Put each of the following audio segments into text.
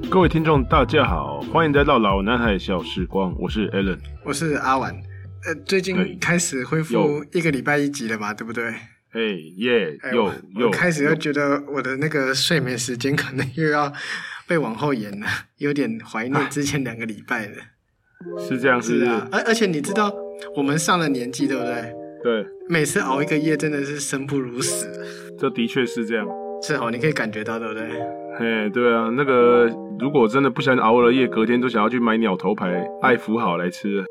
各位听众大家好，欢迎来到老男孩小时光，我是 Alan， 我是阿婉。最近开始恢复一个礼拜一集了嘛，对不对？ 我开始又觉得我的那个睡眠时间可能又要被往后延了，有点怀念之前2个礼拜了。 是这样， 是啊，而且你知道我们上了年纪，对不对？ 对， 每次熬一个夜真的是生不如死。 这的确是这样。 是哦，你可以感觉到，对不对？ 对啊，那个如果真的不小心熬了夜，隔天都想要去买鸟头牌、爱福好来吃。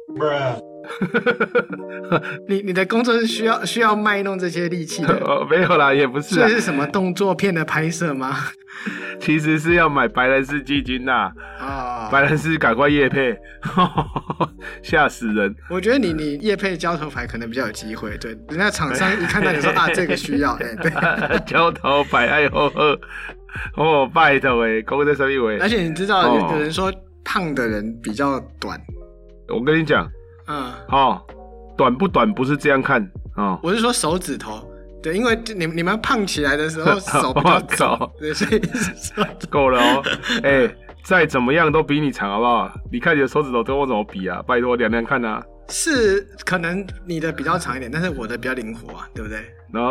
你的工作是需要卖弄这些力气的？ 没有啦，也不是。 这是什么动作片的拍摄吗？ 其实是要买白兰氏基金呐。白兰氏赶快业配，吓死人！ 我觉得你业配交头牌可能比较有机会，对，人家厂商一看到你说啊这个需要，对， 交头牌哎拜托讲在什么位？ 而且你知道有人说胖的人比较短， 我跟你讲，短不短不是这样看哦， 我是说手指头。对，因为你们胖起来的时候手比较长，对，所以够了哦。再怎么样都比你长，好不好？你看你的手指头跟我怎么比啊？拜托量量看啊。 是，可能你的比较长一点，但是我的比较灵活啊，对不对？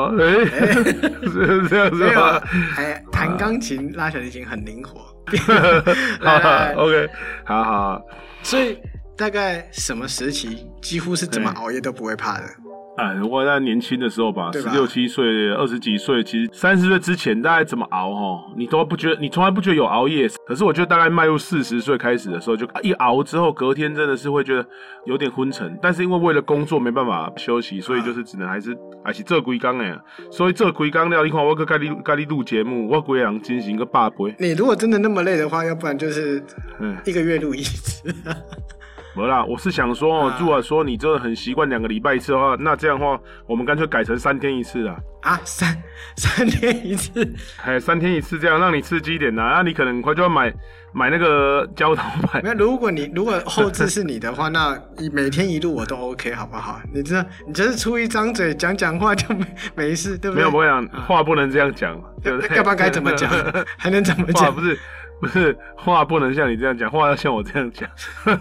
是这样子吗？ 弹钢琴、拉小提琴很灵活。 来 ，OK， 好。 所以大概什么时期几乎是怎么熬夜都不会怕的？ 我在年轻的时候吧，16、17岁、20几岁，其实30岁之前大概怎么熬你都不觉得，你从来不觉得有熬夜。可是我觉得大概迈入40岁开始的时候，就一熬之后，隔天真的是会觉得有点昏沉。但是因为为了工作没办法休息，所以就是只能还是做规工的。所以做规工了，你看我跟你录节目，我规个人进行个8倍。 你如果真的那么累的话，要不然就是1个月录一次。 没啦，我是想说如果说你真的很习惯2个礼拜一次的话，那这样的话，我们干脆改成3天一次啦。 三天一次 ，3天一次，这样让你刺激一点那你可能很快就要买那个交头牌。 没有，如果后置是你的话，那每天一录我都 OK， 好不好？你就是出一张嘴讲话就没事，对不对？没有， 我讲话不能这样讲，对不对？ 要不然该怎么讲？还能怎么讲？ 不是话不能像你这样讲，话要像我这样讲。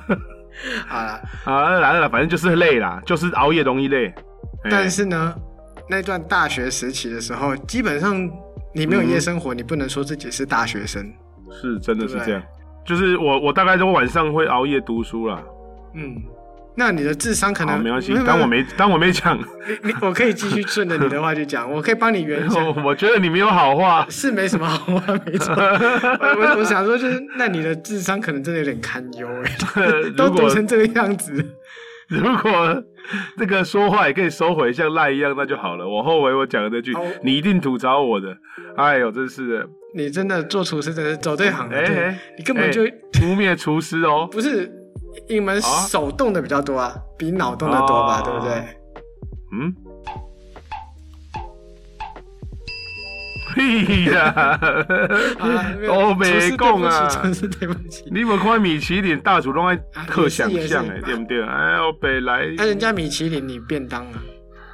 好啦，反正就是累啦，就是熬夜容易累。 但是呢，那段大学时期的时候，基本上你没有夜生活，你不能说自己是大学生。 是，真的是这样。就是我大概都晚上会熬夜读书啦。 那你的智商可能没关系，当我没讲。 我可以继续顺着你的话去讲，我可以帮你圆讲。 我觉得你没有好话， 是没什么好话，没错。我想说，就是那你的智商可能真的有点堪忧都读成这个样子。 如果这个说话也可以收回，像赖一样，那就好了。我后悔我讲的这句，你一定吐槽我的。哎呦，真是的！你真的做厨师真的是走对行了，你根本就污蔑厨师哦， 不是。你们手动的比较多比脑动的多吧，对不对？ 屁呀！我没讲啊， 真是对不起。 你有看米其林大厨都爱刻想象对不对？我北来， 人家米其林你便当啊。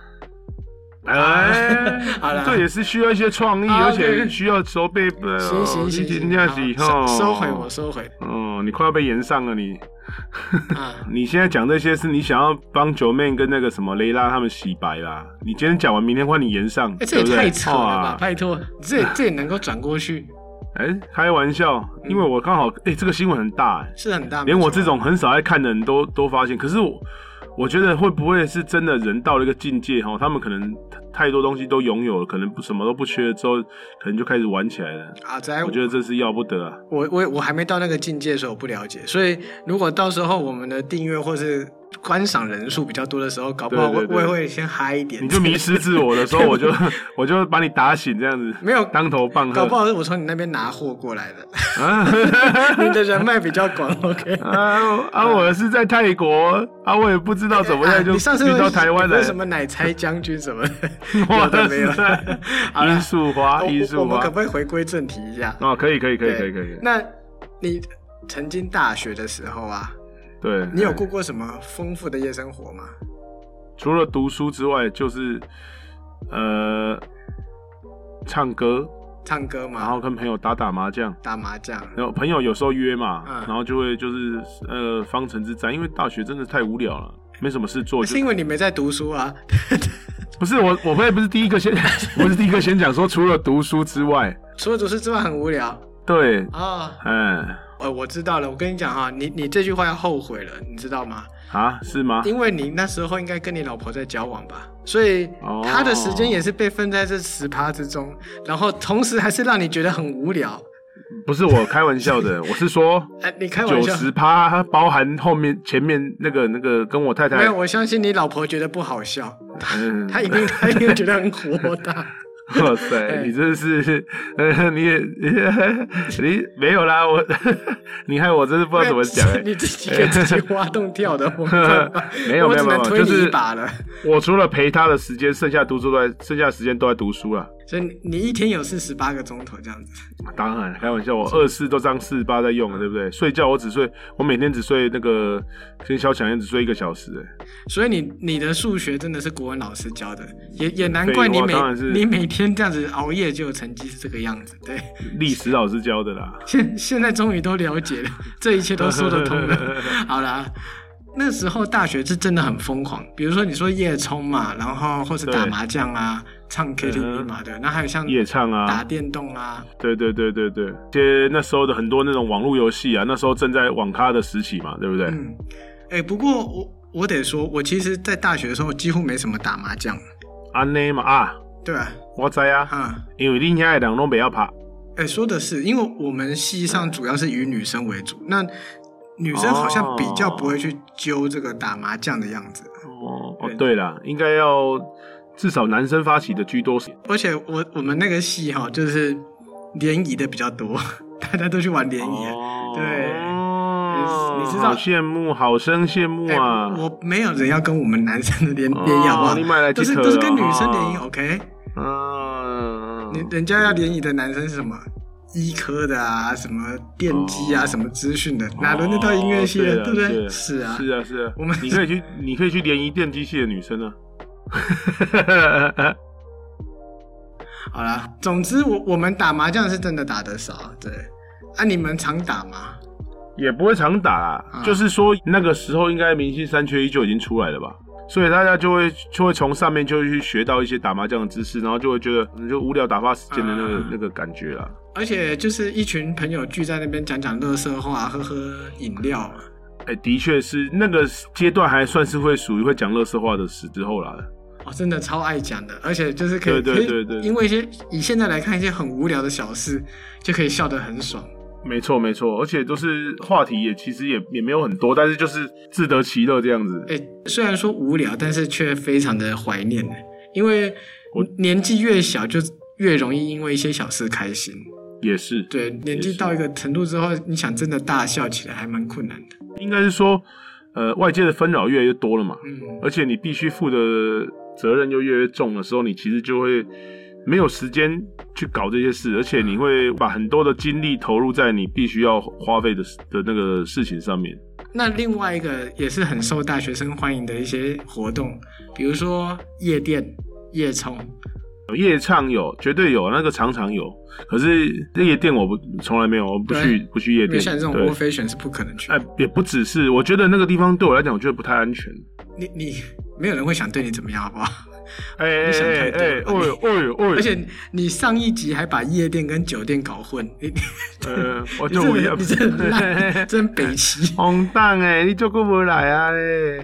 这也是需要一些创意，而且需要收备。 行，收回。 你快要被延上了你。你现在讲这些是你想要帮九妹跟那个什么雷拉他们洗白啦。你今天讲完，明天换你延上， 这也太扯了吧！拜托，这也能够转过去？ 开玩笑，因为我刚好这个新闻很大， 是很大， 连我这种很少爱看的人都发现。可是我觉得会不会是真的人到了一个境界他们可能太多东西都拥有了，可能什么都不缺了之后，可能就开始玩起来了我觉得这是要不得啊。 我还没到那个境界的时候我不了解，所以如果到时候我们的订阅或是观赏人数比较多的时候，搞不好我也会先嗨一点。 你就迷失自我的时候，我就把你打醒这样子， 没有当头棒喝。 搞不好是我从你那边拿货过来的，你的人脉比较广。OK， 我是在泰国我也不知道怎么样就遇到台湾人， 什么奶猜将军什么的，有的没有。 罂粟花， 我们可不可以回归正题一下？ 可以。 那你曾经大学的时候对， 你有过什么丰富的夜生活吗？ 除了读书之外，就是唱歌， 唱歌嘛， 然后跟朋友打麻将，然后朋友有时候约嘛，然后就会就是方城之战，因为大学真的太无聊了，没什么事做。 是因为你没在读书啊？ 不是我不是第一个先，我是第一个先讲说，除了读书之外很无聊。 对我知道了，我跟你讲哈，你这句话要后悔了，你知道吗？ 啊，是吗？ 因为你那时候应该跟你老婆在交往吧，所以她的时间也是被分在这10%之中，然后同时还是让你觉得很无聊。 不是我开玩笑的，我是说， 你开玩笑 ，90%包含前面那个跟我太太。 没有，我相信你老婆觉得不好笑，她一定觉得很火大。 哇塞，你真是，你没有啦，你害我真是不知道怎么讲你自己给自己挖洞跳的， 没有， 我只能推你一把了。 我除了陪他的时间，剩下的时间都在读书了。 所以你一天有48个钟头这样子？ 当然，开玩笑，我24都当48在用了，对不对？睡觉我每天只睡那个跟小强一样，只睡1个小时。 所以你的数学真的是国文老师教的，也难怪你每天这样子熬夜就有成绩是这个样子，对。 历史老师教的啦。 现在终于都了解了，这一切都说得通了。好啦。那时候大学是真的很疯狂，比如说你说夜冲嘛，然后或是打麻将啊，唱 KTV 嘛的，那还有像夜唱啊、 打电动啊， 对，些那时候的很多那种网络游戏啊，那时候正在网咖的时期嘛，对不对？ 不过我得说，我其实在大学的时候几乎没什么打麻将。 安内嘛啊， 对啊， 我知啊，因为你现在人都不要怕。 说的是，因为我们系上主要是以女生为主，那女生好像比较不会去揪这个打麻将的样子。 对啦，应该要至少男生发起的居多。 而且我们那个系就是联谊的比较多，大家都去玩联谊。对，你知道？ 好羡慕，好生羡慕啊！ 我没有人要跟我们男生的联谊，好不好？都是跟女生联谊 ，OK？ 人家要联谊的男生是什么？医科的啊，什么电机啊，什么资讯的，哪轮得到音乐系的，对不对？是啊。 你可以去联谊电机系的女生啊。 好啦，总之我们打麻将是真的打得少，对。你们常打吗？ 也不会常打啦，就是说那个时候应该明星3缺1就已经出来了吧。所以大家就会从上面就会去学到一些打麻将的知识，然后就会觉得就无聊打发时间的那个感觉啦。 而且就是一群朋友聚在那边讲垃圾话，喝饮料嘛。 的确是那个阶段还算是属于会讲垃圾话的时候啦。 真的超爱讲的，而且就是可以因为以现在来看一些很无聊的小事，就可以笑得很爽。 没错，而且都是话题其实也没有很多，但是就是自得其乐这样子。 虽然说无聊，但是却非常的怀念，因为年纪越小就越容易因为一些小事开心。 也是， 对，年纪到一个程度之后，你想真的大笑起来还蛮困难的。 应该是说，外界的纷扰越来越多了嘛，而且你必须负的责任又越来越重的时候，你其实就会没有时间去搞这些事，而且你会把很多的精力投入在你必须要花费的那个事情上面。 那另外一个也是很受大学生欢迎的一些活动，比如说夜店、夜冲、 夜唱绝对有，那个常有。可是夜店我从来没有，我不去夜店。 像这种窝飞选是不可能去。 也不只是，我觉得那个地方对我来讲，我觉得不太安全。 你没有人会想对你怎么样，好不好？ 而且你上一集还把夜店跟酒店搞混， 我就不要， 你真的烂，真北齐。 红蛋你就过不来啊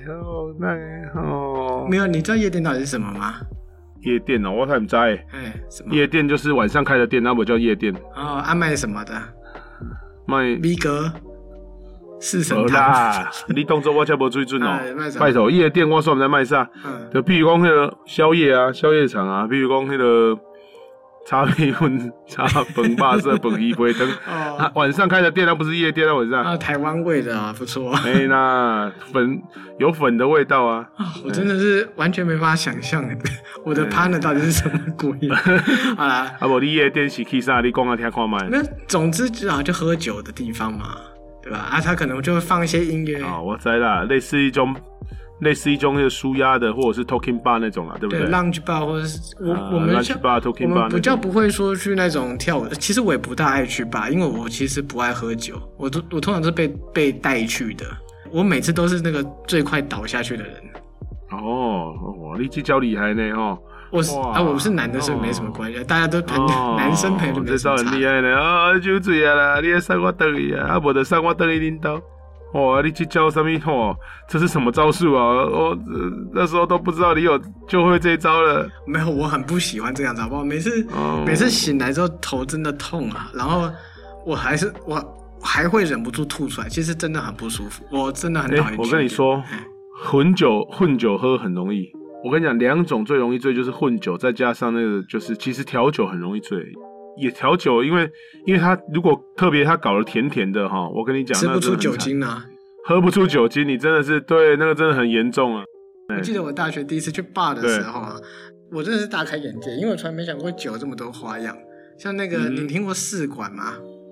没有，你知道夜店到底是什么吗？ 夜店我才不知道什么？夜店就是晚上开的店，那不叫夜店。 卖什么的？ 卖米格。四神汤啦，你动作我才没水准拜托，夜店我说不知卖啥，就比如讲那个宵夜场啊，比如讲那个茶米粉、茶粉霸色、粉衣杯灯，晚上开的店，那不是夜店，那晚上台湾味的不错。 那有粉的味道啊！ 我真的是完全没法想象我的 partner 到底是什么鬼。好啦， 不你夜店是去啥？你讲来听看卖。 那总之就喝酒的地方嘛。对吧？他可能就会放一些音乐。 我知啦，类似一种类似一种那个舒压的，或者是 talking bar 那种啦，对不对？ 对 ，lounge bar 或者是我们 lounge bar、talking bar 我们比较不会说去那种跳舞的。其实我也不大爱去bar，因为我其实不爱喝酒，我通常是被带去的。我每次都是那个最快倒下去的人。 哦，你这较厉害呢哦。 我是男的，所以没什么关系，大家都男生朋友就没什么差。 这招很厉害呢，酒醉啊啦，你送我回去啊，无就送我回去恁兜。你这招什么？这是什么招数啊？那时候都不知道你就会这一招了。 没有，我很不喜欢这样子，好不好？每次醒来之后头真的痛啊，然后我还会忍不住吐出来，其实真的很不舒服，我真的很讨厌。 我跟你说，混酒喝很容易。我跟你讲，2种最容易醉就是混酒，再加上那个就是其实调酒很容易醉。也调酒，因为他如果特别他搞得甜甜的哈，我跟你讲， 吃不出酒精啊， 喝不出酒精，你真的是对那个真的很严重啊。 我记得我大学第一次去 bar 的时候啊，我真的是大开眼界，因为我从来没想过酒这么多花样。像那个，你听过试管吗？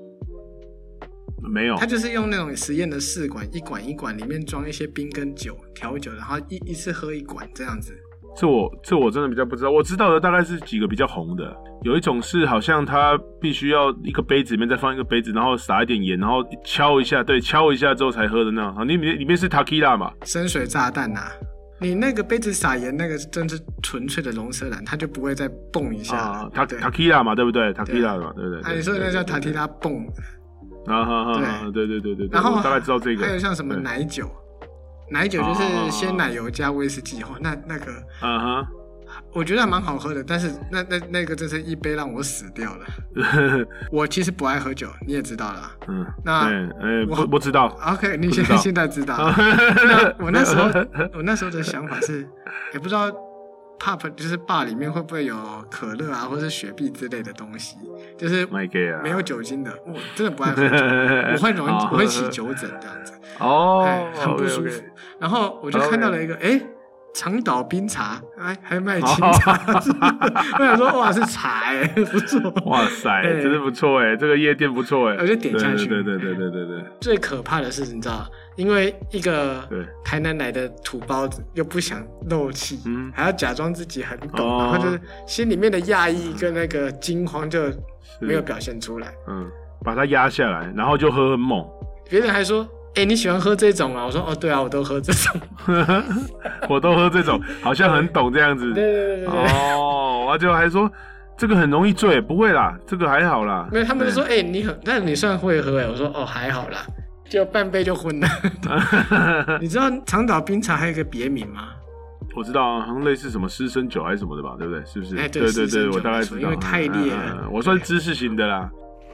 没有， 他就是用那种实验的试管，一管一管里面装一些冰跟酒调酒，然后一次喝一管这样子。 这我真的比较不知道，我知道的大概是几个比较红的，有一种是好像它必须要一个杯子里面再放一个杯子，然后撒一点盐，然后敲一下之后才喝的那种。里面是 tequila 嘛， 深水炸弹啊！你那个杯子撒盐，那个真是纯粹的龙舌兰，它就不会再蹦一下了。 tequila 嘛，对不对 ？tequila 嘛，对不对？ 你说的那叫 tequila 蹦。 对， 然后大概知道这个。 还有像什么奶酒。奶酒就是鲜奶油加威士忌那个，我觉得还蛮好喝的，但是那个真是一杯让我死掉了。我其实不爱喝酒，你也知道啦。 不知道。 OK， 你现在知道。那我那时候的想法是，也不知道 pub 就是 bar 里面会不会有可乐啊，或是雪碧之类的东西，就是没有酒精的。我真的不爱喝酒，我会起酒疹这样子。很不舒服。然后我就看到了一个，长岛冰茶，还卖清茶，我想说，哇，是茶不错。 哇塞，真的不错这个夜店不错我就点下去。 对。 最可怕的是，你知道，因为一个台南来的土包子又不想漏气，还要假装自己很懂，然后就是心里面的讶异跟那个惊慌就没有表现出来。 把它压下来，然后就喝很猛。 别人还说，你喜欢喝这种啊？我说，对啊，我都喝这种。 我都喝这种，好像很懂这样子。 对。 我就还说这个很容易醉，不会啦，这个还好啦。 没有，他们就说，那你算会喝我说，还好啦，就半杯就昏了。你知道长岛冰茶还有一个别名吗？ 我知道啊，好像类似什么湿身酒还是什么的吧，对不对？是不是？ 对， 我大概知道。 因为太烈了， 我算知识型的啦。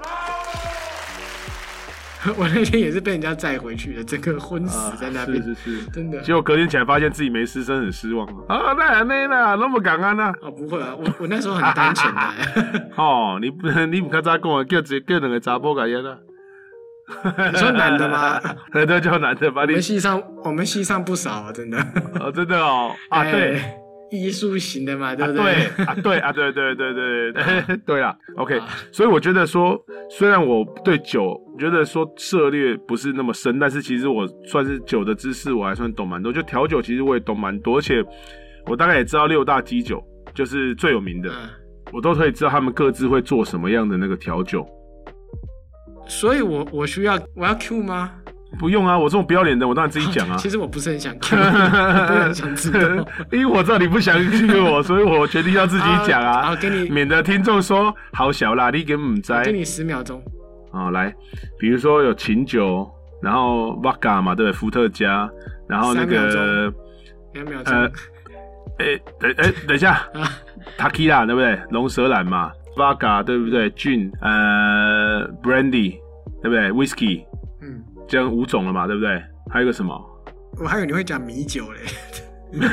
我那天也是被人家载回去的，整个昏死在那边。 是， 真的。 结果隔天起来发现自己没失身，很失望那么感恩啊？ 不会啊，我那时候很单纯的。 你不较早跟我叫2个查甫甲演啊？ 你说男的吗？ 对，叫男的吧。 我们系上不少真的。 真的对。 艺术型的嘛，对不对？对，对啦 OK， 所以我觉得说，虽然我对酒觉得说涉猎不是那么深，但是其实我算是酒的知识我还算懂蛮多，就调酒其实我也懂蛮多，而且我大概也知道6大基酒就是最有名的，我都可以知道他们各自会做什么样的那个调酒。所以我要 Q 吗？ 不用啊，我这种不要脸的，我当然自己讲啊。 其实我不是很想 Q， 我不是很想知道， 因为我知道你不想 Q 我，所以我决定要自己讲啊。 好，给你， 免得听众说好小啦，你根本不知道。 给你10秒钟。 来，比如说有琴酒，然后 Vodka 嘛，对不对？伏特加，然后那个 2秒钟。 等一下，Tequila 对不对？龙舌兰嘛 ，Vodka 对不对 ？Gin Brandy 对不对 ？Whisky。这样5种了嘛，对不对？还有一个什么？ 我还以为你会讲米酒嘞。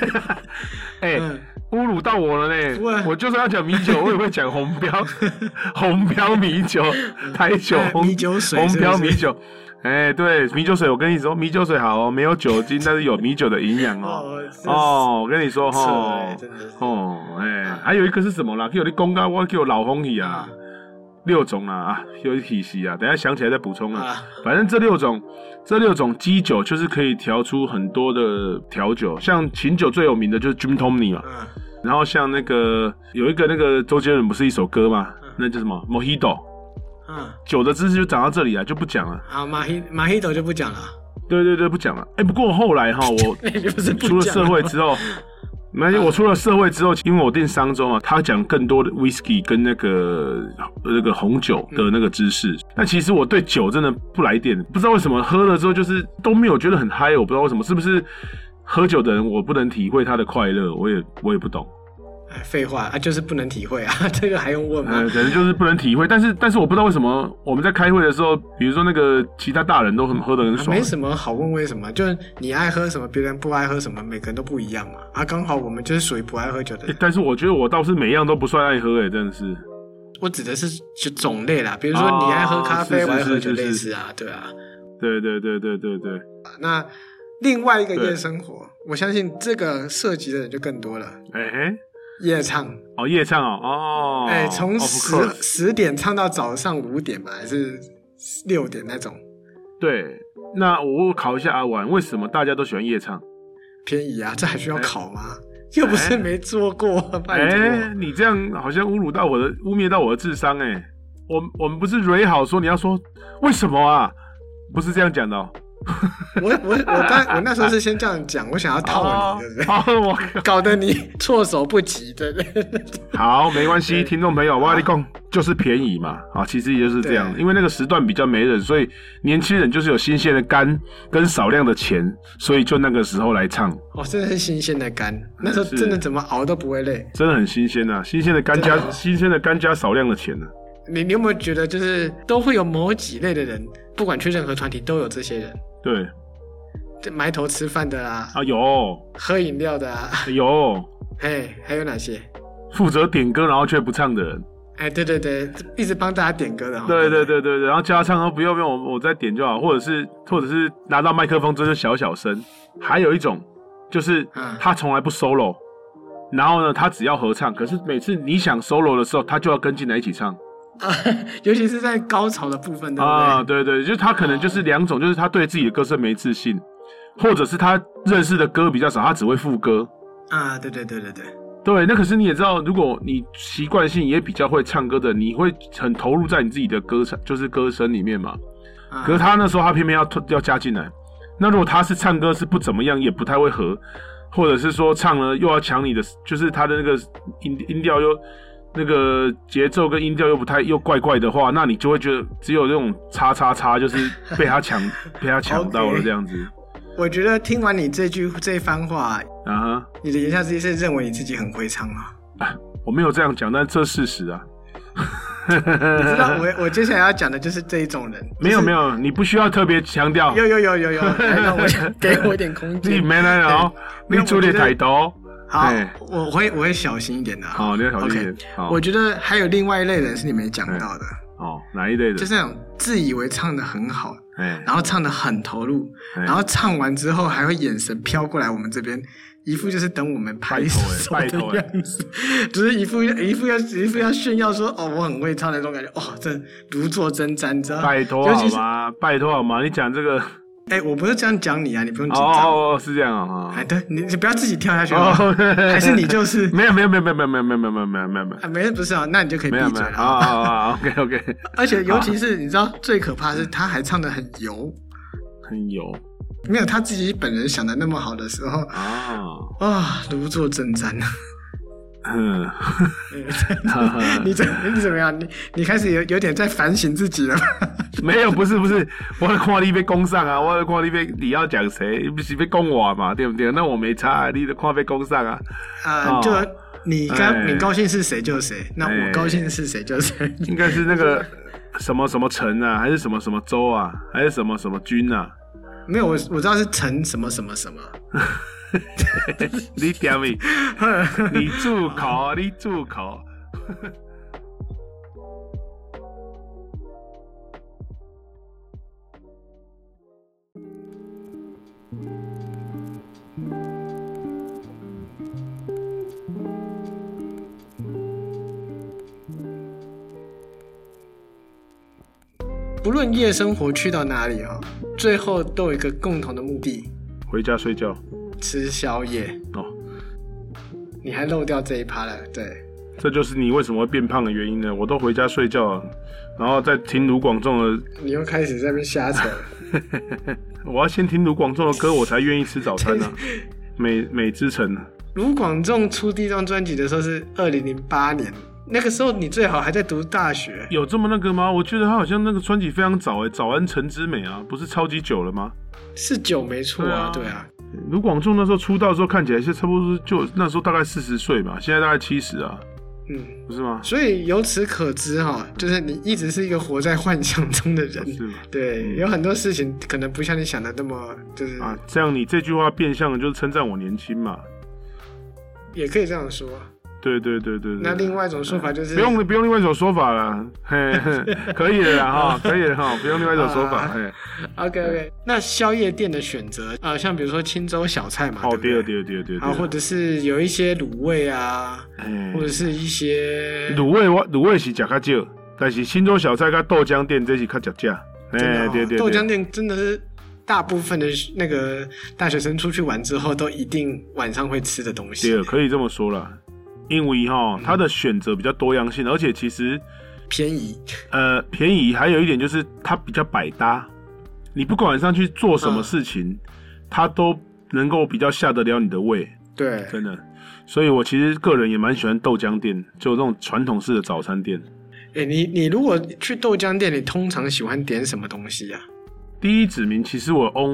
侮辱到我了呢！我就算要讲米酒，我也会讲红标米酒、台酒、 米酒水、 红标米酒。对，米酒水，我跟你说，米酒水好没有酒精，但是有米酒的营养我跟你说真的还有一个是什么啦？叫你讲到我叫老风去啊。 6种啊，有体系啊，等一下想起来再补充啊。反正这六种基酒就是可以调出很多的调酒，像琴酒最有名的就是 Jim Tomney 嘛。然后像那个有一个那个周杰伦不是一首歌吗？那叫什么 Mojito。酒的知识就讲到这里啊，就不讲了。 好，Mojito 就不讲了。 对，不讲了。不过后来哈，我出了社会之后。我出了社会之后，因为我订商周嘛，他讲更多的 whisky 跟那个红酒的那个知识。但其实我对酒真的不来电，不知道为什么喝了之后就是都没有觉得很嗨，我不知道为什么，是不是喝酒的人我不能体会他的快乐，我也不懂。 废话啊，就是不能体会啊，这个还用问吗？ 可能就是不能体会，但是我不知道为什么我们在开会的时候，比如说那个其他大人都喝得很爽。 没什么好问为什么，就是你爱喝什么，别人不爱喝什么，每个人都不一样嘛。刚好我们就是属于不爱喝酒的人。 但是我觉得我倒是每样都不算爱喝，真的是。 我指的是就种类啦，比如说你爱喝咖啡，我爱喝酒类似啊，对啊。对。 那另外一个夜生活，我相信这个涉及的人就更多了。夜唱夜唱哦， 从10点唱到早上5点吧，还是6点那种。 对，那我考一下阿婉，为什么大家都喜欢夜唱？ 便宜啊，这还需要考吗？又不是没做过，拜托。 你这样好像污蔑到我的智商我们不是蕊好说你要说为什么啊？不是这样讲的哦。 我那时候是先这样讲，我想要套你，对不对？搞得你措手不及，对不对？ 好，没关系，听众朋友，我跟你讲，就是便宜嘛，其实也就是这样，因为那个时段比较没人，所以年轻人就是有新鲜的肝跟少量的钱，所以就那个时候来唱。 真的是新鲜的肝，那时候真的怎么熬都不会累， 真的很新鲜啊！新鲜的肝加少量的钱呢。 你有没有觉得，就是都会有某几类的人，不管去任何团体都有这些人。 对， 埋头吃饭的啊， 有喝饮料的啊， 有， 还有哪些？ 负责点歌然后却不唱的人， 对，一直帮大家点歌的， 对，然后叫他唱，不用，我再点就好，或者是拿到麦克风就是小声。还有一种就是他从来不 solo， 然后呢他只要合唱，可是每次你想 solo 的时候，他就要跟进来一起唱。 尤其是在高潮的部分，对不对？对，就是他可能就是2种，就是他对自己的歌声没自信，或者是他认识的歌比较少，他只会副歌。对，那可是你也知道，如果你习惯性也比较会唱歌的，你会很投入在你自己的歌声里面嘛。可是他那时候他偏偏要加进来，那如果他是唱歌是不怎么样，也不太会合，或者是说唱了又要抢你的，就是他的那个音调又。那个节奏跟音调又怪怪的话，那你就会觉得只有那种叉，就是被他抢到了这样子。 我觉得听完你这一番话你的言下之意是认为你自己很会唱吗？ 我没有这样讲，但这是事实啊。 你知道我接下来要讲的就是这一种人。 没有，你不需要特别强调。 有，让我给我一点空间。 你没来哦，你做的太多。 好，我会小心一点的。 好，你要小心一点。 我觉得还有另外一类人是你没讲到的。 哪一类的？ 就是那种自以为唱的很好，然后唱的很投入，然后唱完之后还会眼神飘过来我们这边，一副就是等我们拍手的样子，就是一副要炫耀说我很会唱的那种感觉。这如坐针毡，你知道？ 拜托好吗？你讲这个。 我不是这样讲你啊，你不用紧张。 是这样啊。 对，你不要自己跳下去还是你就是？ 没有。没不是啊，那你就可以闭嘴了。OK。 而且尤其是你知道最可怕的是，他还唱得很油。没有他自己本人想的那么好的时候如坐针毡。你怎么样？你开始有点在反省自己了吗？ 没有，不是，我的看你被攻上啊，我的看你要讲谁，不是被攻我嘛，对不对？那我没差，你的看被攻上啊。 就你高兴是谁就谁，那我高兴是谁就谁。 应该是那个什么什么城啊，还是什么什么州啊，还是什么什么军啊？ 没有，我知道是城什么什么什么。 你点名，你住口。 不论夜生活去到哪里最后都有一个共同的目的， 回家睡觉， 吃宵夜。你还漏掉这一趴了，对。 这就是你为什么会变胖的原因呢？我都回家睡觉了，然后再听卢广仲的。 你又开始在那边瞎扯。 我要先听卢广仲的歌，我才愿意吃早餐啊。美之城。 卢广仲出第一张专辑的时候是2008年，那个时候你最好还在读大学。 有这么那个吗？我觉得他好像那个专辑非常早早安陈之美啊，不是超级久了吗？ 是久没错啊，对啊。 卢广仲那时候出道的时候看起来是差不多就那时候大概40岁吧，现在大概70啊。不是吗？ 所以由此可知就是你一直是一个活在幻想中的人。 是吗？ 对，有很多事情可能不像你想的那么就是这样你这句话变相的就是称赞我年轻嘛， 也可以这样说。 对。 那另外一种说法就是不用另外一种说法了，可以了啦可以了不用另外一种说法。 OK， 那宵夜店的选择像比如说青州小菜嘛， 对， 或者是有一些卤味啊，或者是一些卤味是吃较少，但是青州小菜跟豆浆店这是较常吃。对， 豆浆店真的是大部分的那个大学生出去玩之后都一定晚上会吃的东西。 对，可以这么说啦。因为它的选择比较多样性，而且其实便宜。 便宜，还有一点就是它比较百搭。你不管晚上去做什么事情，它都能够比较下得了你的胃。 对， 真的。所以我其实个人也蛮喜欢豆浆店，就这种传统式的早餐店。 你如果去豆浆店，你通常喜欢点什么东西啊？ 第一指名，其实我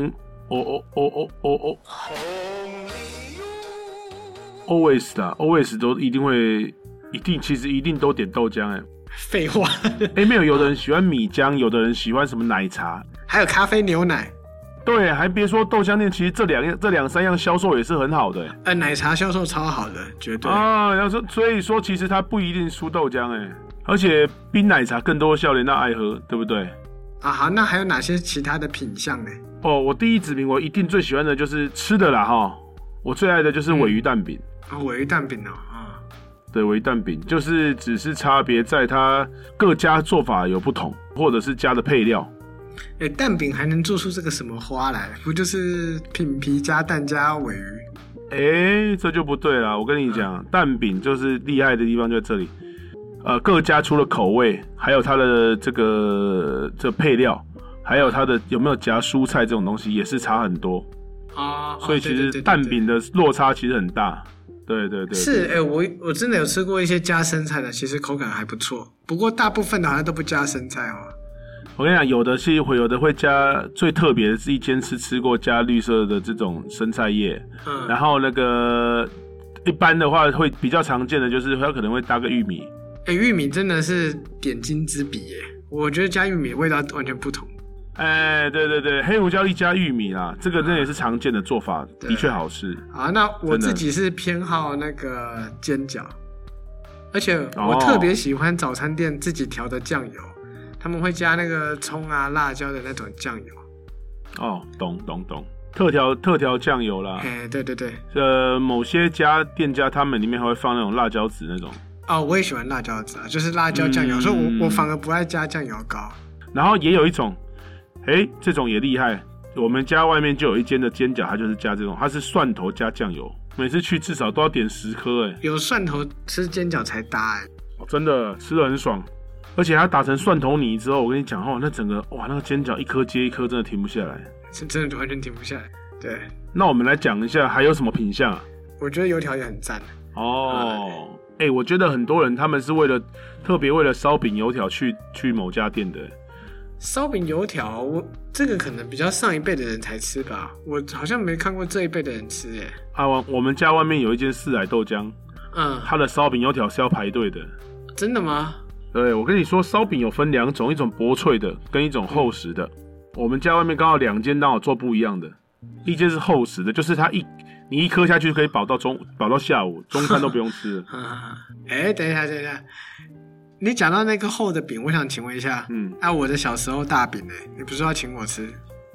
always 啦 ，always 都其实一定都点豆浆废话。 没有的人喜欢米浆，有的人喜欢什么奶茶， 还有咖啡牛奶。 对，还别说豆浆店，其实这两三样销售也是很好的。 奶茶销售超好的，绝对所以说其实它不一定输豆浆而且冰奶茶更多笑脸到爱喝，对不对？ 好，那还有哪些其他的品项呢？ 我第一指名，我一定最喜欢的就是吃的啦我最爱的就是鲔鱼蛋饼。 鲔鱼蛋饼对，鲔鱼蛋饼就是只是差别在它各家做法有不同，或者是加的配料。 蛋饼还能做出这个什么花来？不就是品皮加蛋加鲔鱼？ 这就不对了。我跟你讲，蛋饼就是厉害的地方就在这里。各家除了口味，还有它的这配料，还有它的有没有夹蔬菜这种东西，也是差很多。所以其实蛋饼的落差其实很大。对， 是我真的有吃过一些加生菜的，其实口感还不错。不过大部分的好像都不加生菜我跟你讲，有的会加，最特别的是一间吃过加绿色的这种生菜叶。然后那个一般的话会比较常见的就是它可能会搭个玉米。 玉米真的是点睛之笔耶！我觉得加玉米味道完全不同。 对，黑胡椒粒加玉米啦，这个真的也是常见的做法，的确好吃。 那我自己是偏好那个煎饺，而且我特别喜欢早餐店自己调的酱油，他们会加那个葱啊、辣椒的那种酱油。 懂，特调酱油啦。 对。 某些店家他们里面还会放那种辣椒籽那种。 我也喜欢辣椒籽就是辣椒酱油，所以我反而不爱加酱油膏。 然后也有一种。这种也厉害，我们家外面就有一间的煎饺，它就是加这种，它是蒜头加酱油，每次去至少都要点10颗有蒜头吃煎饺才搭真的吃得很爽，而且它打成蒜头泥之后，我跟你讲那整个那个煎饺一颗接一颗，真的停不下来， 是真的完全停不下来。对， 那我们来讲一下还有什么品项我觉得油条也很赞我觉得很多人他们是特别为了烧饼油条去某家店的。 烧饼油条，这个可能比较上一辈的人才吃吧，我好像没看过这一辈的人吃我们家外面有一间四海豆浆，它的烧饼油条是要排队的。 真的吗？ 对，我跟你说，烧饼有分2种，一种薄脆的，跟一种厚实的。我们家外面刚好2间刚好做不一样的，一间是厚实的，就是你一颗下去可以饱到下午，中餐都不用吃了。 等一下。你讲到那个厚的饼，我想请问一下，我的小时候大饼你不是要请我吃？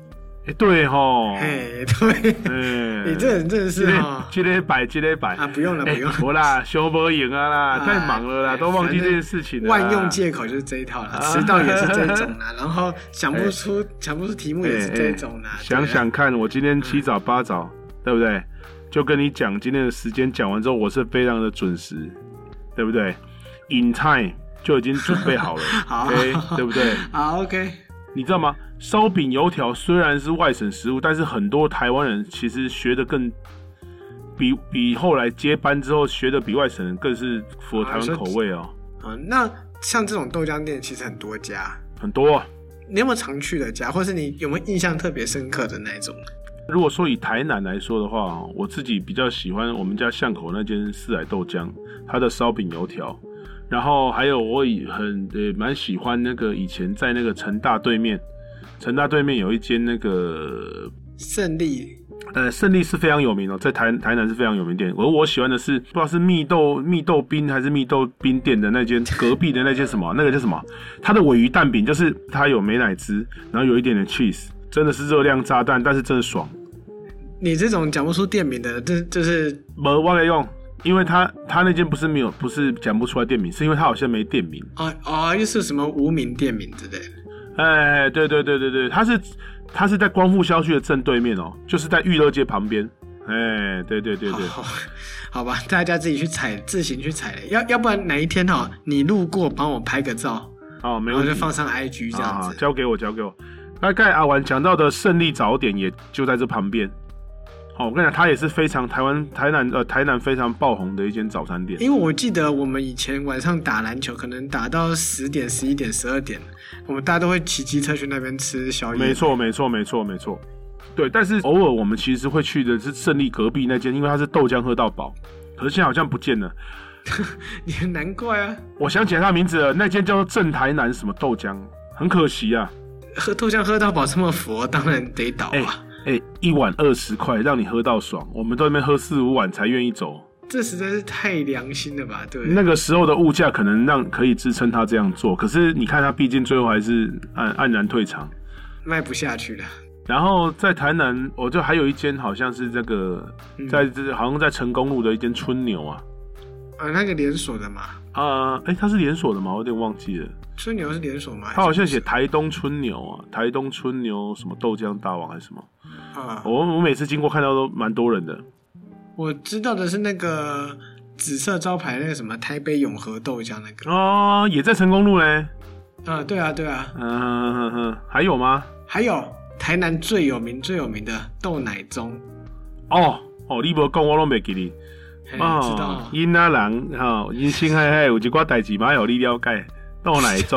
对吼， 对，你这人真的是哈， 今天摆啊，不用了， 不啦，修不赢啦，太忙了啦，都忘记这件事情了。 万用借口就是这一套啦，迟到也是这种啦，然后想不出题目也是这种啦。 想想看，我今天7早8早，对不对？就跟你讲今天的时间，讲完之后我是非常的准时，对不对 ？In time 就已经准备好了，OK， 对不对？ 好 ，OK。 你知道吗？烧饼油条虽然是外省食物，但是很多台湾人其实学的更比后来接班之后学的比外省人更是符合台湾口味哦。 那像这种豆浆店其实很多家， 很多啊。 你有没有常去的家，或是你有没有印象特别深刻的那一种？ 如果说以台南来说的话，我自己比较喜欢我们家巷口那间四海豆浆，它的烧饼油条。然后还有我蛮喜欢那个以前在那个成大对面有一间那个胜利， 胜利是非常有名哦，在台南是非常有名店。我喜欢的是不知道是蜜豆冰还是蜜豆冰店的那间隔壁的那间什么那个叫什么？它的鲔鱼蛋饼就是它有美乃滋，然后有一点点 cheese， 真的是热量炸弹，但是真的爽。 你这种讲不出店名的，这是没我给用。因为他那间不是讲不出来店名，是因为他好像没店名又是什么无名店名之类的。 对，他是在光复校区的正对面哦，就是在育乐街旁边。对。 好吧，大家自行去踩雷，要不然哪一天你路过帮我拍个照没问题， 然后就放上 IG 这样子。 交给我。大概阿丸讲到的胜利早点也就在这旁边。我跟你讲，它也是非常台南非常爆红的一间早餐店。 因为我记得我们以前晚上打篮球，可能打到10点、11点、12点，我们大家都会骑机车去那边吃宵夜。 没错。对，但是偶尔我们其实会去的是胜利隔壁那间，因为它是豆浆喝到饱，可是现在好像不见了。 你很难怪啊！ 我想起来它名字了，那间叫做正台南什么豆浆，很可惜啊。 喝豆浆喝到饱这么佛，当然得倒啊。 1碗20块，让你喝到爽。我们都在那边喝4-5碗才愿意走， 这实在是太良心了吧？对， 那个时候的物价可能可以支撑他这样做，可是你看他毕竟最后还是黯然退场， 卖不下去了。 然后在台南，我就还有一间好像是这个，好像在成功路的一间春牛啊。 那个连锁的嘛？ 它是连锁的吗？我有点忘记了。 春牛是连锁吗？ 它好像写台东春牛啊，台东春牛什么豆浆大王还是什么？我每次经过看到都蛮多人的。 我知道的是那个紫色招牌那个什么台北永和豆浆那个也在成功路嘞。 对啊。 还有吗？ 还有台南最有名的豆奶盅。 你无讲我都袂记你。 知道。 囡仔人人生海海有一寡代志嘛，有你了解。豆奶盅，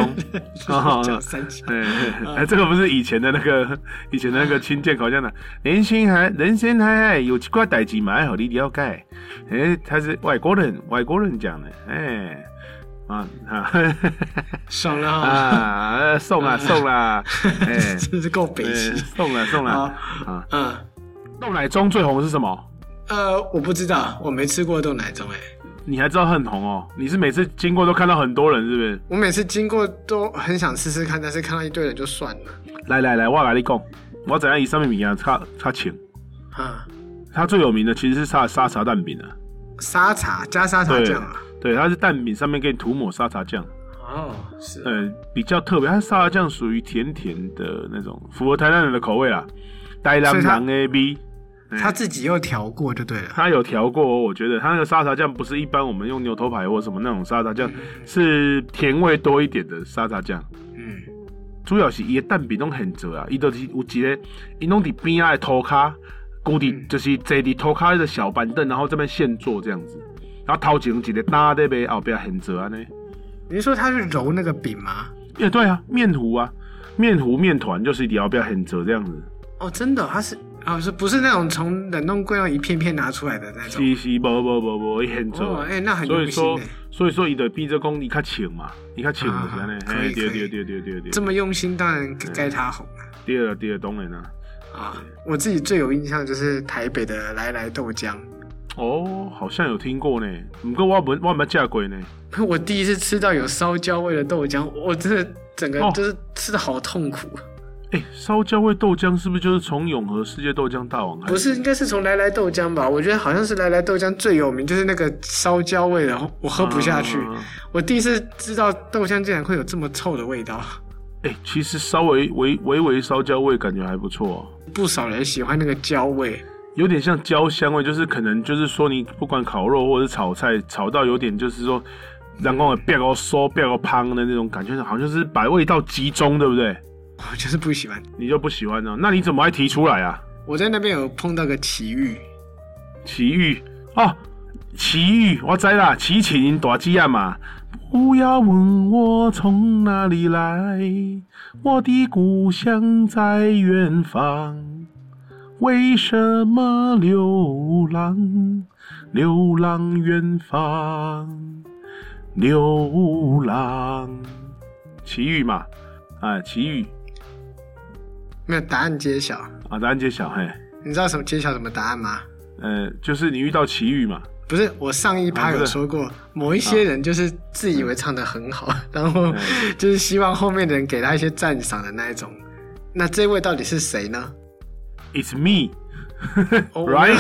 这个不是以前的那个亲眷口香糖，人生海海有一寡代志嘛，要你了解。他是外国人讲的， 爽了送啦， 真是够北齐， 送了豆奶盅最红的是什么？ 我不知道，我没吃过豆奶盅你还知道很红哦？你是每次经过都看到很多人，是不是？ 我每次经过都很想试试看，但是看到一堆人就算了。 来，我跟你讲，我怎样以上面名较请。它最有名的其实是沙茶蛋饼啊。 沙茶加沙茶酱啊？ 对，它是蛋饼上面给你涂抹沙茶酱。 是。 比较特别，它沙茶酱属于甜甜的那种，符合台南人的口味啦。台南人的味。 他自己又调过就对了。 他有调过我觉得他那个沙茶酱不是一般我们用牛头牌或什么那种沙茶酱，是甜味多一点的沙茶酱。主要是伊的蛋饼拢很折啊，伊就是有一个，伊拢伫边仔的涂骹，固定就是坐伫涂骹的小板凳，然后这边现做这样子，然后头前一个担在卖，后边很折安尼。 你是说他是揉那个饼吗？ 对啊，面糊啊，面糊面团就是后边很折这样子。 真的，他是。是不是那种从冷冻柜上一片片拿出来的那种？ 是，不，伊现做。 那很用心。 所以说，伊就变做讲，你较轻嘛，你较轻就是安尼。对。 这么用心，当然该他红了。 对，当然啦。 我自己最有印象就是台北的来来豆浆。 好像有听过呢，不过我没吃过呢。 我第一次吃到有烧焦味的豆浆，我真的整个就是吃的好痛苦。 烧焦味豆浆是不是就是从永和世界豆浆大王？ 不是，应该是从来来豆浆吧？我觉得好像是来来豆浆最有名，就是那个烧焦味的，我喝不下去。我第一次知道豆浆竟然会有这么臭的味道。 其实稍微微烧焦味感觉还不错， 不少人喜欢那个焦味， 有点像焦香味，就是可能就是说你不管烤肉或者是炒菜，炒到有点就是说让我变个收变个胖的那种感觉，好像是把味道集中，对不对？ 我就是不喜欢。 你就不喜欢呢？那你怎么还提出来啊？ 我在那边有碰到个奇遇， 我知啦，齐秦大鸡啊嘛。不要问我从哪里来，我的故乡在远方。为什么流浪？流浪远方，流浪。奇遇嘛，奇遇。 没有答案揭晓啊！答案揭晓，嘿。 你知道什么揭晓什么答案吗？ 就是你遇到奇遇嘛。 不是，我上一趴有说过，某一些人就是自以为唱得很好，然后就是希望后面的人给他一些赞赏的那一种。那这位到底是谁呢 ？It's me 。Right？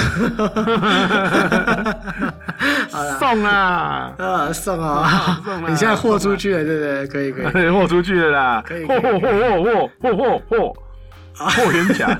送啊！ 送啊！你现在豁出去了，对不对？可以。 豁出去了啦！ 可以。 豁元甲。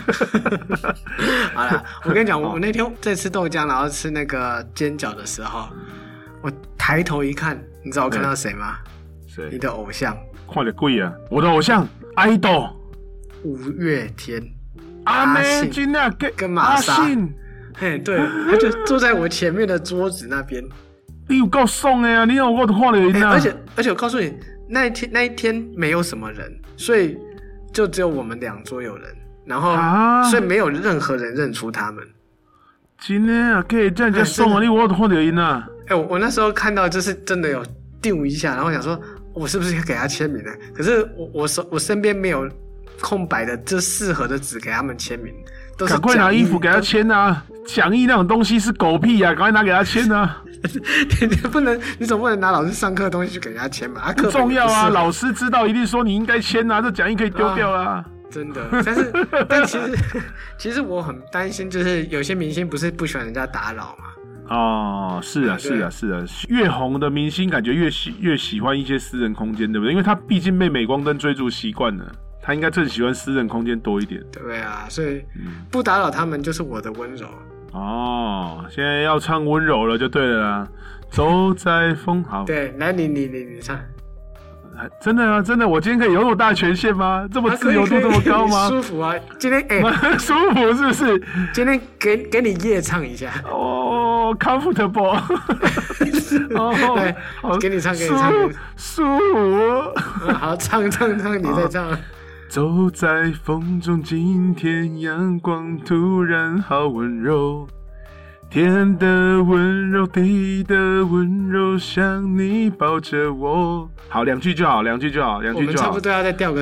好啦，我跟你讲，我那天在吃豆浆，然后吃那个煎饺的时候，我抬头一看，你知道我看到谁吗？ 谁？ 你的偶像。 看得贵啊！我的偶像 idol 五月天。 阿妹金啊， 跟玛莎。嘿，对，他就坐在我前面的桌子那边。 你有够爽的啊！你有我都看到人啊！ 而且我告诉你，那一天没有什么人，所以就只有我们2桌有人，然后所以没有任何人认出他们。 真的啊，可以这样爽啊！你我都看到人啊！ 我那时候看到就是真的有丢一下，然后想说我是不是要给他签名呢？可是我身边没有空白的这适合的纸给他们签名，都是赶快拿衣服给他签啊！讲义那种东西是狗屁啊，赶快拿给他签啊！ 你总不能拿老师上课的东西去给人家签嘛？ 不重要啊，老师知道一定说你应该签啊，这讲义可以丢掉啦。 真的，但其实我很担心，就是有些明星不是不喜欢人家打扰嘛。 哦，是啊，越红的明星感觉越喜欢一些私人空间，对不对？因为他毕竟被镁光灯追逐习惯了。他应该更喜欢私人空间多一点。 对啊，所以不打扰他们就是我的温柔。 哦，现在要唱温柔了就对了啦。走在风好。 对，来你唱。 真的啊，真的，我今天可以有那么大权限吗？这么自由度这么高吗？ 舒服啊，今天舒服是不是？ 今天给你夜唱一下。 哦 ，comfortable。 对，给你唱。 舒服。 好，唱，你再唱。 走在风中，今天阳光突然好温柔，天的温柔，地的温柔，像你抱着我。好，两句就好。我们差不多要再掉个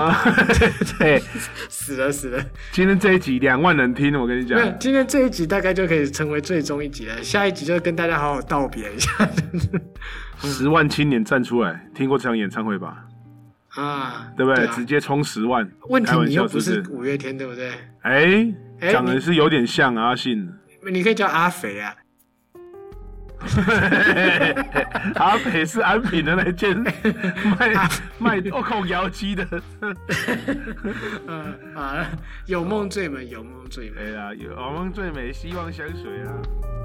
30。 对， 死了。 今天这一集2万人听，我跟你讲。 今天这一集大概就可以成为最终一集了，下一集就跟大家好好道别一下。 10万青年站出来，听过这场演唱会吧？ 啊， 对不对？直接冲10万。 问题你又不是5月天，对不对？ 讲的是有点像阿信。 你可以叫阿肥啊。 阿肥是安平的那间卖扣摇机的。 有梦最美。 对啦，有梦最美，希望相随啊。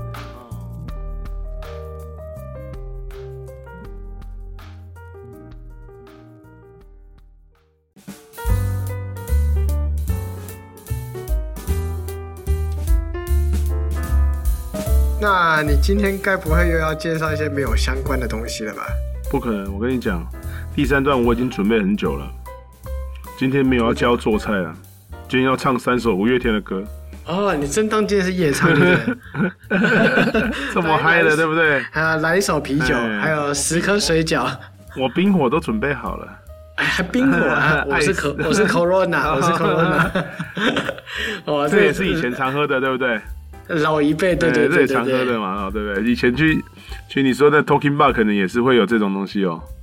那你今天该不会又要介绍一些没有相关的东西了吧？ 不可能，我跟你讲，第3段我已经准备很久了。今天没有要教做菜了，今天要唱3首5月天的歌。 哦，你真当今天是夜唱对不对？ 这么嗨了，对不对？ 来一手啤酒，还有10颗水饺。 我冰火都准备好了。 还冰火啊！我是 Corona， 我是 Corona。 这也是以前常喝的，对不对？ 老一辈，对， 这也常喝的嘛，对不对？以前去你说的 Talking Bar 可能也是会有这种东西哦。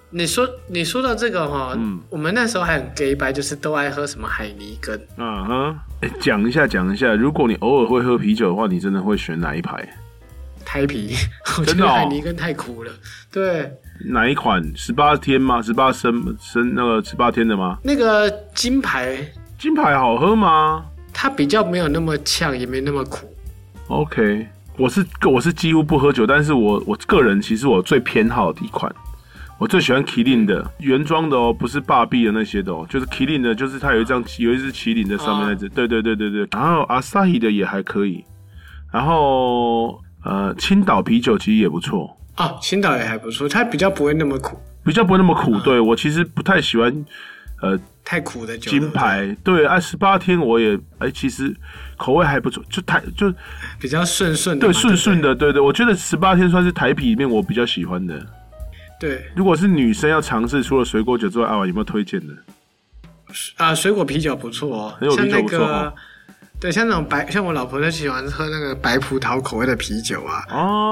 你说到这个哈，我们那时候还很 gay 白，就是都爱喝什么海尼根。 讲一下，如果你偶尔会喝啤酒的话，你真的会选哪一排？ 台啤，我觉得海尼根太苦了。对， 哪一款？18天吗？18升那个18天的吗？ 那个金牌好喝吗？ 它比较没有那么呛，也没那么苦。 OK， 我是几乎不喝酒，但是我个人其实我最偏好的一款。我最喜欢麒麟的原装的哦，不是霸币的那些的哦，就是麒麟的，就是它有一只麒麟在上面那只，对。然后阿萨希的也还可以，然后青岛啤酒其实也不错哦，青岛也还不错，它比较不会那么苦， 对，我其实不太喜欢太苦的酒。 金牌对，18天我也其实口味还不错，就比较顺的， 对，顺的，对，我觉得18天算是台啤里面我比较喜欢的。 对， 如果是女生要尝试，除了水果酒之外，阿婉有没有推荐的？ 水果啤酒不错哦，像那个，对，像那种像我老婆就喜欢喝那个白葡萄口味的啤酒啊。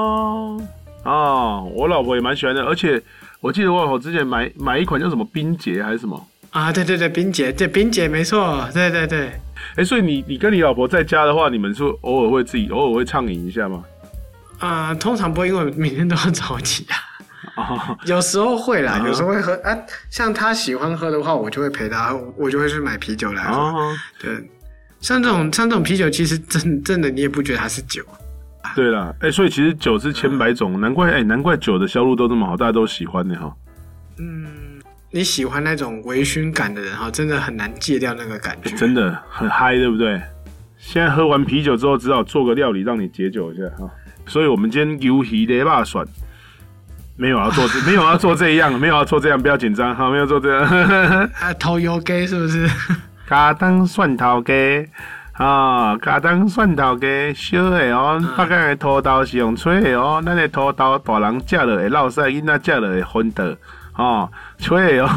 我老婆也蛮喜欢的，而且我记得我老婆之前买一款叫什么冰结还是什么啊？对，冰结没错，对。 所以你跟你老婆在家的话，你们是偶尔会畅饮一下吗？ 通常不会，因为每天都要早起啊。有时候会啦，有时候会喝像他喜欢喝的话，我就会陪他，我就会去买啤酒来喝。对，像这种啤酒，其实真的你也不觉得它是酒。 对啦，所以其实酒是千百种，难怪酒的销路都这么好，大家都喜欢的哈。 你喜欢那种微醺感的人哈，真的很难戒掉那个感觉， 真的很嗨，对不对？现在喝完啤酒之后，只好做个料理让你解酒一下哈。所以我们今天鱿鱼雷霸蒜。没有要做这样，不要紧张哈，没有做这样。 头油鸡是不是？ 加当蒜头鸡加当蒜头鸡，小的哦，北港的土豆是用吹的哦，咱的土豆大人食了会落屎，囡仔食了会昏倒吹的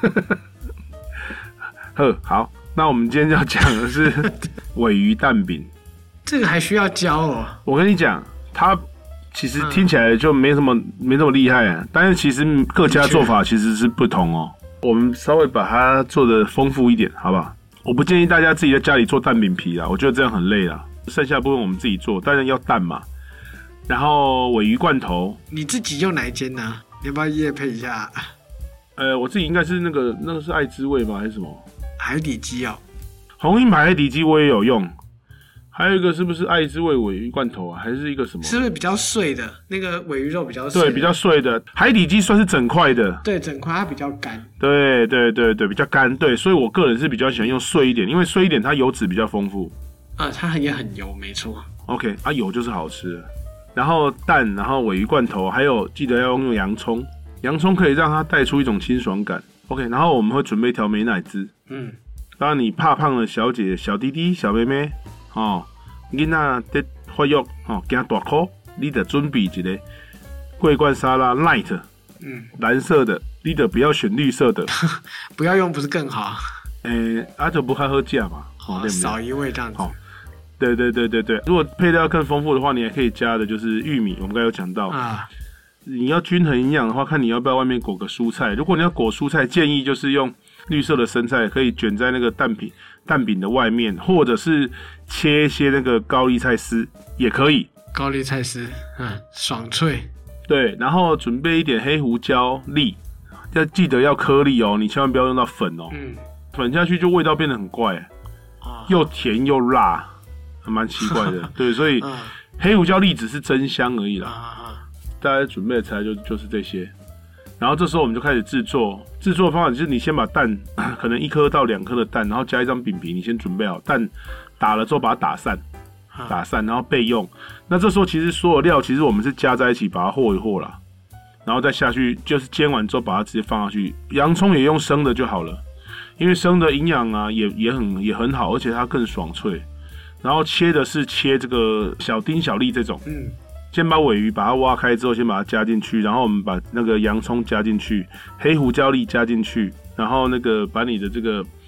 哦。好，那我们今天要讲的是鲔鱼蛋饼， 这个还需要教哦。 我跟你讲，它。其实听起来就没什么厉害啊，但是其实各家做法其实是不同哦。我们稍微把它做的丰富一点，好不好？我不建议大家自己在家里做蛋饼皮啦，我觉得这样很累啦。剩下部分我们自己做，当然要蛋嘛。然后鲔鱼罐头， 你自己用哪一间呢？你要不要业配一下？ 我自己应该是那个是爱之味吗？还是什么？ 海底鸡哦， 红鹰牌海底鸡我也有用。还有一个是不是爱之味鲔鱼罐头啊？还是一个什么？ 是不是比较碎的？那个鲔鱼肉比较碎。 对，比较碎的。海底鸡算是整块的。 对，整块它比较干。 对，比较干。对，所以我个人是比较喜欢用碎一点，因为碎一点它油脂比较丰富。 它也很油，没错。 OK，油就是好吃的。然后蛋，然后鲔鱼罐头，还有记得要用洋葱，洋葱可以让它带出一种清爽感。OK， 然后我们会准备一条美乃滋。当然你怕胖的小姐、小弟弟、小妹妹。囡仔在发育惊大哭，你得准备一个桂冠沙拉 light，蓝色的，你得不要选绿色的， 不要用不是更好？ 就不太好吃嘛， 少一味这样子。 对，如果配料更丰富的话，你还可以加的就是玉米，我们刚才有讲到你要均衡营养的话，看你要不要外面裹个蔬菜。如果你要裹蔬菜，建议就是用绿色的生菜，可以卷在那个蛋饼的外面，或者是切一些那个高丽菜丝也可以。 高丽菜丝，爽脆。 对，然后准备一点黑胡椒粒，要记得要颗粒哦，你千万不要用到粉哦。粉下去就味道变得很怪，又甜又辣，还蛮奇怪的。对，所以黑胡椒粒只是增香而已啦。大家准备的材料就是这些。然后这时候我们就开始制作的方法就是你先把蛋，可能1颗到2颗的蛋，然后加一张饼皮，你先准备好蛋，打了之后把它打散，然后备用。那这时候其实所有料其实我们是加在一起把它和一和啦，然后再下去就是煎完之后把它直接放下去。洋葱也用生的就好了，因为生的营养啊也很好，而且它更爽脆。然后切这个小丁小粒这种。先把鲔鱼把它挖开之后，先把它加进去，然后我们把那个洋葱加进去，黑胡椒粒加进去，然后那个把你的这个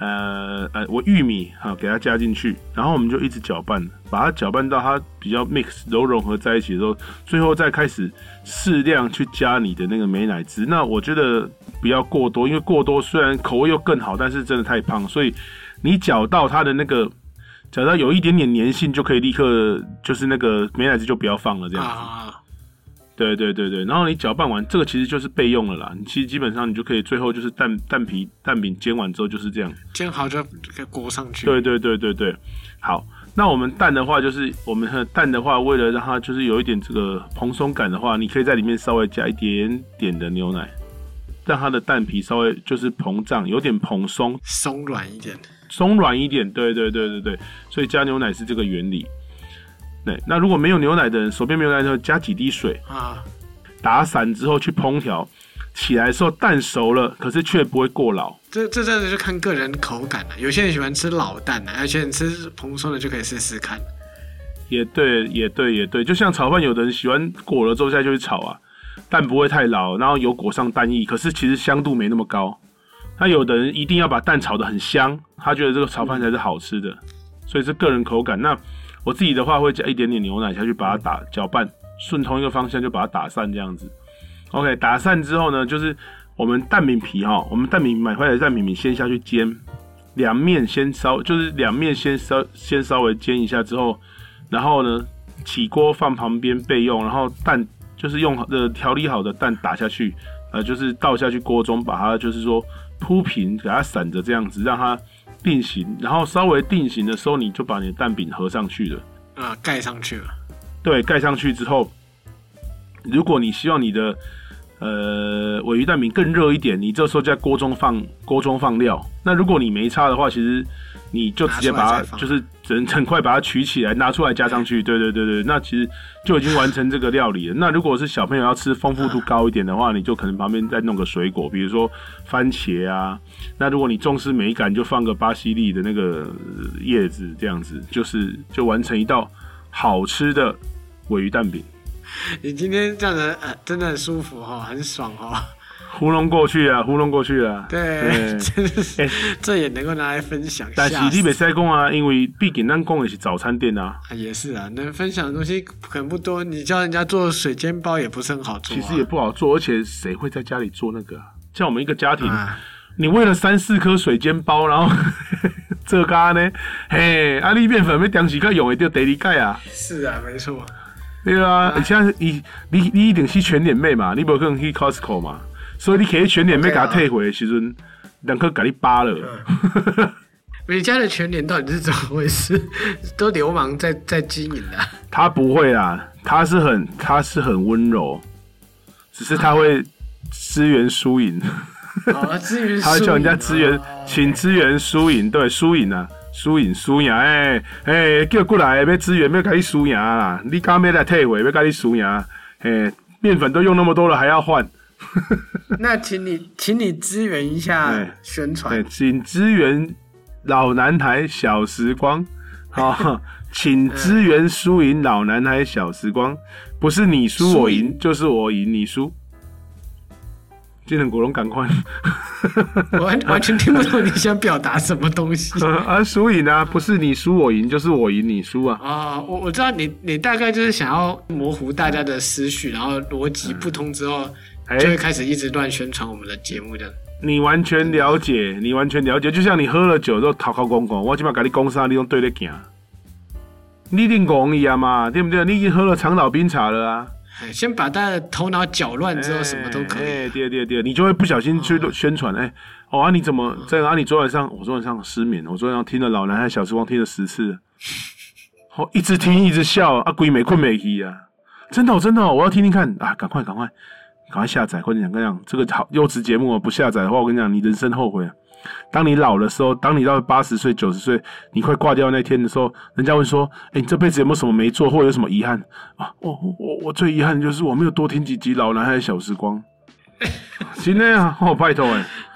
我玉米给它加进去，然后我们就一直搅拌，把它搅拌到它比较 mix 都融合在一起的时候，最后再开始适量去加你的那个美乃滋。那我觉得不要过多，因为过多虽然口味又更好，但是真的太胖，所以你搅到它的那个搅到有一点点粘性，就可以立刻就是那个美乃滋就不要放了这样子。对，然后你搅拌完，这个其实就是备用了啦。你其实基本上你就可以最后就是蛋饼煎完之后就是这样， 煎好就给裹上去。 对，好。那我们蛋的话，就是我们的蛋的话，为了让它就是有一点这个蓬松感的话，你可以在里面稍微加一点点的牛奶，让它的蛋皮稍微就是膨胀，有点松软一点。 对，所以加牛奶是这个原理。对，那如果没有牛奶的人，手边没有牛奶的人，加几滴水打散之后去烹调，起来的时候蛋熟了，可是却不会过老。 这真的就看个人口感了。有些人喜欢吃老蛋有些人吃蓬松的就可以试试看。 也对，就像炒饭，有的人喜欢裹了之后再就去炒啊，蛋不会太老，然后有裹上蛋液，可是其实香度没那么高。那有的人一定要把蛋炒得很香，他觉得这个炒饭才是好吃的，所以是个人口感。那我自己的话会加一点点牛奶下去把它搅拌，顺同一个方向就把它打散这样子。OK， 打散之后呢，就是我们蛋饼皮我们蛋饼买回来的蛋饼皮先下去煎，两面先稍微煎一下之后，然后呢起锅放旁边备用，然后蛋就是用调理好的蛋打下去，就是倒下去锅中，把它就是说铺平，给它散着这样子，让它定型，然后稍微定型的时候，你就把你的蛋饼合上去了， 盖上去了。 对，盖上去之后，如果你希望你的鲔鱼蛋饼更热一点，你这时候在锅中放料。那如果你没差的话，其实你就直接把它就是很快把它取起来拿出来加上去。对，那其实就已经完成这个料理了。那如果是小朋友要吃丰富度高一点的话，你就可能旁边再弄个水果，比如说番茄啊。那如果你重视美感，就放个巴西利的那个叶子，这样子就完成一道好吃的鲔鱼蛋饼。 你今天这样子真的很舒服很爽糊弄过去啊。 对，真的是这也能够拿来分享。 但是你不可以说因为毕竟咱讲的是早餐店也是能分享的东西可能不多。你叫人家做水煎包也不是很好做其实也不好做，而且谁会在家里做那个像我们一个家庭你为了3-4颗水煎包，然后这个呢你面粉要当时较用的就第二盖是没错。 对而且你一定去全联买嘛，你不可能去 Costco 嘛，所以你可以全联买给他退回的时阵，2颗给你扒了。 你家的全联到底是怎么回事？都流氓在经营的。 他不会他是很温柔，只是他会支援输赢。他会叫人家支援，请支援输赢，对，输赢输赢叫过来要支援，要给你输赢啦！你刚要来退回，要给你输赢，面粉都用那么多了，还要换。 那请你支援一下宣传， 请支援老男孩小时光，请支援输赢老男孩小时光，不是你输我赢，就是我赢你输。金城国龙赶快完全听不懂你想表达什么东西输赢不是你输我赢，就是我赢你输我知道你大概就是想要模糊大家的思绪，然后逻辑不通之后就会开始一直乱宣传我们的节目这样。 你完全了解，就像你喝了酒之后头壳讲讲，我现在跟你讲啥你都对得走，你一定讲一样嘛，对不对？你已经喝了长岛冰茶了先把大家的头脑搅乱之后，什么都可以。 对，你就会不小心去宣传你怎么这样你昨晚上失眠，我昨晚上听了老男孩小时光听了10次，一直听一直笑规没困没起真的我要听听看赶快下载，或者讲这个好优质节目不下载的话，我跟你讲，你人生后悔当你老的时候，当你到80岁、90岁，你快挂掉那天的时候，人家问说：“你这辈子有没有什么没做，或者有什么遗憾？”我最遗憾的就是我没有多听几集《老男孩的小时光》。真的拜托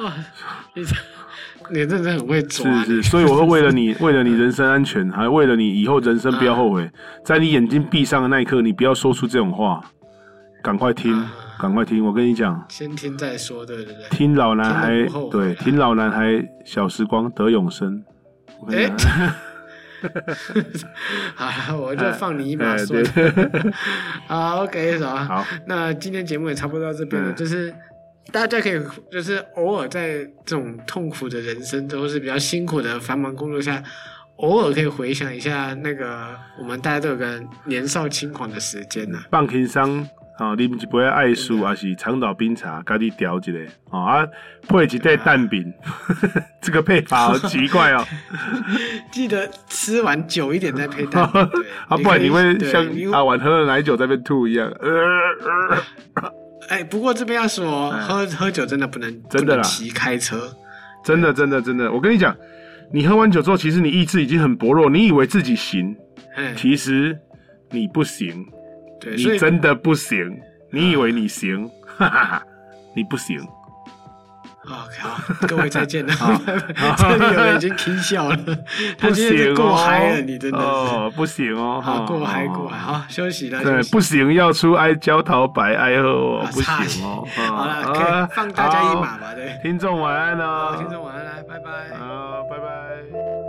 你真的很会抓。 是，所以我会为了你人身安全，还为了你以后人生不要后悔，在你眼睛闭上的那一刻，你不要说出这种话，赶快听。 赶快听！我跟你讲， 先听再说，对不对？ 听老男孩，对，听老男孩，小时光得永生。 好，我就放你一马说。好 ，OK， 什么？好，那今天节目也差不多到这边了，就是大家可以就是偶尔在这种痛苦的人生，都是比较辛苦的繁忙工作下，偶尔可以回想一下那个我们大家都有个年少轻狂的时间呐， 放轻松。啉一杯爱素，还是长岛冰茶，家己调一下，配一袋蛋饼，这个配法好奇怪哦。 记得吃完久一点再配蛋饼， 不然你会像阿婉喝了奶酒在那边吐一样。 不过这边要说，喝酒真的不能骑开车， 真的，我跟你讲，你喝完酒之后，其实你意志已经很薄弱，你以为自己行，其实你不行。你真的不行，你以为你行，哈哈哈，你不行。 OK， 好，各位再见了。这里有人已经哭笑了，他今天是过嗨了，你真的是不行哦。 好，过嗨，好，休息了。 对，不行，要出爱焦桃白爱喝哦，不行哦。 好了，可以放大家一马吧，对。 听众晚安哦。 听众晚安，来，拜拜。 好，拜拜。